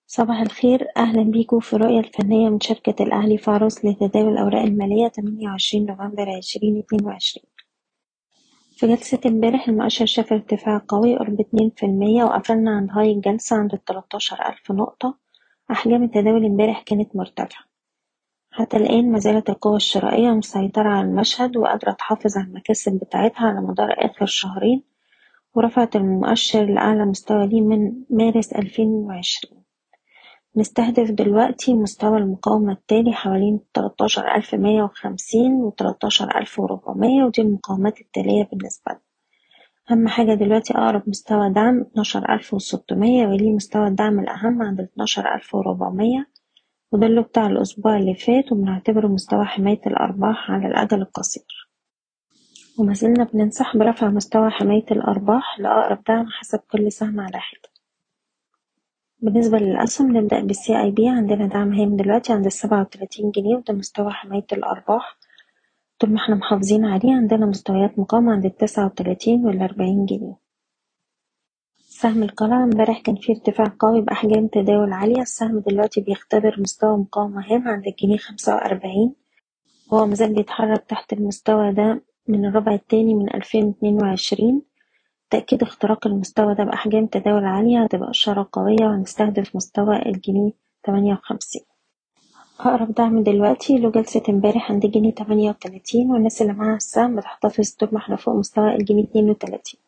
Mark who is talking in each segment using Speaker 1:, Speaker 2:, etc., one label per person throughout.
Speaker 1: صباح الخير، أهلا بيكم في الرؤية الفنية من شركة الأهلي فاروس لتداول الأوراق المالية 28 نوفمبر 2022. في جلسة امبارح المؤشر شاف ارتفاع قوي قرب 2%، وقفلنا عند هاي الجلسة عند 13,000 نقطة. أحجام التداول امبارح كانت مرتفعة. حتى الآن مازالت القوة الشرائية مسيطرة على المشهد وقادرة تحافظ على المكاسب بتاعتها على مدار آخر شهرين، ورفعت المؤشر لأعلى مستوى ليه من مارس 2020. نستهدف دلوقتي مستوى المقاومة التالي حوالين 13,150 و13,400، ودي المقاومات التالية بالنسبة لنا. أهم حاجة دلوقتي أقرب مستوى دعم 12,600، ويليه مستوى الدعم الأهم عند 12,400، وده اللي بتاع الأسبوع اللي فات، وبنعتبره مستوى حماية الأرباح على الأجل القصير. ومازلنا بننصح برفع مستوى حماية الأرباح لأقرب دعم حسب كل سهم على حدة. بالنسبة للأسهم نبدأ بالسي اي بي، عندنا دعم هام دلوقتي عند 37 جنيه، وده مستوى حماية الأرباح. طول ما احنا محافظين عليه عندنا مستويات مقاومة عند 39 وال40 جنيه. سهم القلعة امبارح كان فيه ارتفاع قوي بأحجام تداول عالية. السهم دلوقتي بيختبر مستوى مقاومة هام عند الجنيه 45، وهو مازال بيتحرك تحت المستوى ده من الربع التاني من 2022. تأكيد اختراق المستوى ده بأحجام تداول عالية هتبقى إشارة قوية، وهنستهدف مستوى الجنيه 58. أقرب دعم دلوقتي له جلسة امبارح عند جنيه 38، والناس اللي معاها السهم بتحتفظ طول ما احنا فوق مستوى الجنيه 32.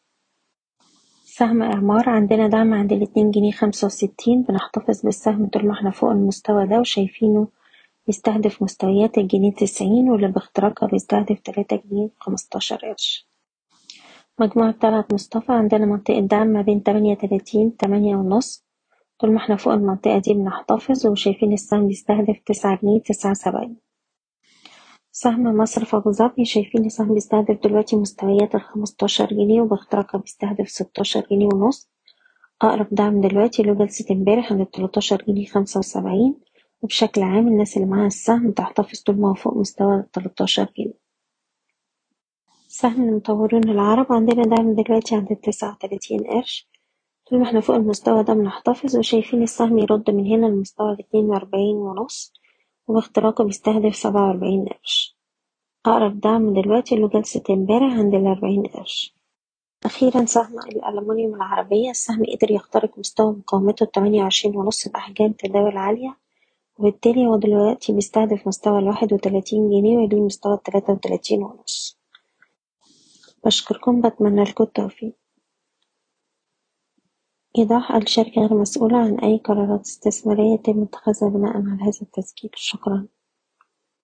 Speaker 1: سهم إعمار عندنا دعم عند 2 جنيه 65، بنحتفظ بالسهم طول ما احنا فوق المستوى ده وشايفينه يستهدف مستويات الجنيه 90، واللي باختراقها بيستهدف 3 جنيه 15 قرش. مجموعة طلعت مصطفى عندنا منطقة دعم ما بين 38 8.5، طول ما احنا فوق المنطقة دي بنحتفظ وشايفين السهم بيستهدف 9 جنيه 79. سهم مصرف أبو ظبي شايفين السهم بيستهدف دلوقتي مستويات 15 جنيه، وباختراقها بيستهدف 16 جنيه ونص. أقرب دعم دلوقتي له جلسة امبارح عند 13 جنيه 75، وبشكل عام الناس اللي معاها السهم تحتفظ طول ما هو فوق مستوى 13 جنيه. سهم المطورين العرب عندنا دعم دلوقتي عند 39 قرش، طول ما احنا فوق المستوى ده بنحتفظ وشايفين السهم يرد من هنا لمستوى 42 ونص، وباختراقه بيستهدف 47 قرش. أقرب دعم دلوقتي له جلسة امبارح عند 40 قرش. أخيرا سهم الألمنيوم العربية، السهم قدر يخترق مستوى مقاومته 28 ونص بأحجام تداول عالية، وبالتالي هو دلوقتي بيستهدف مستوى 31 جنيه، وليه مستوى 33 ونص. بشكركم، بتمنى لكم التوفيق. إيضاح: الشركة غير مسؤولة عن أي قرارات استثمارية يتم اتخاذها بناء على هذا التسجيل. شكرا.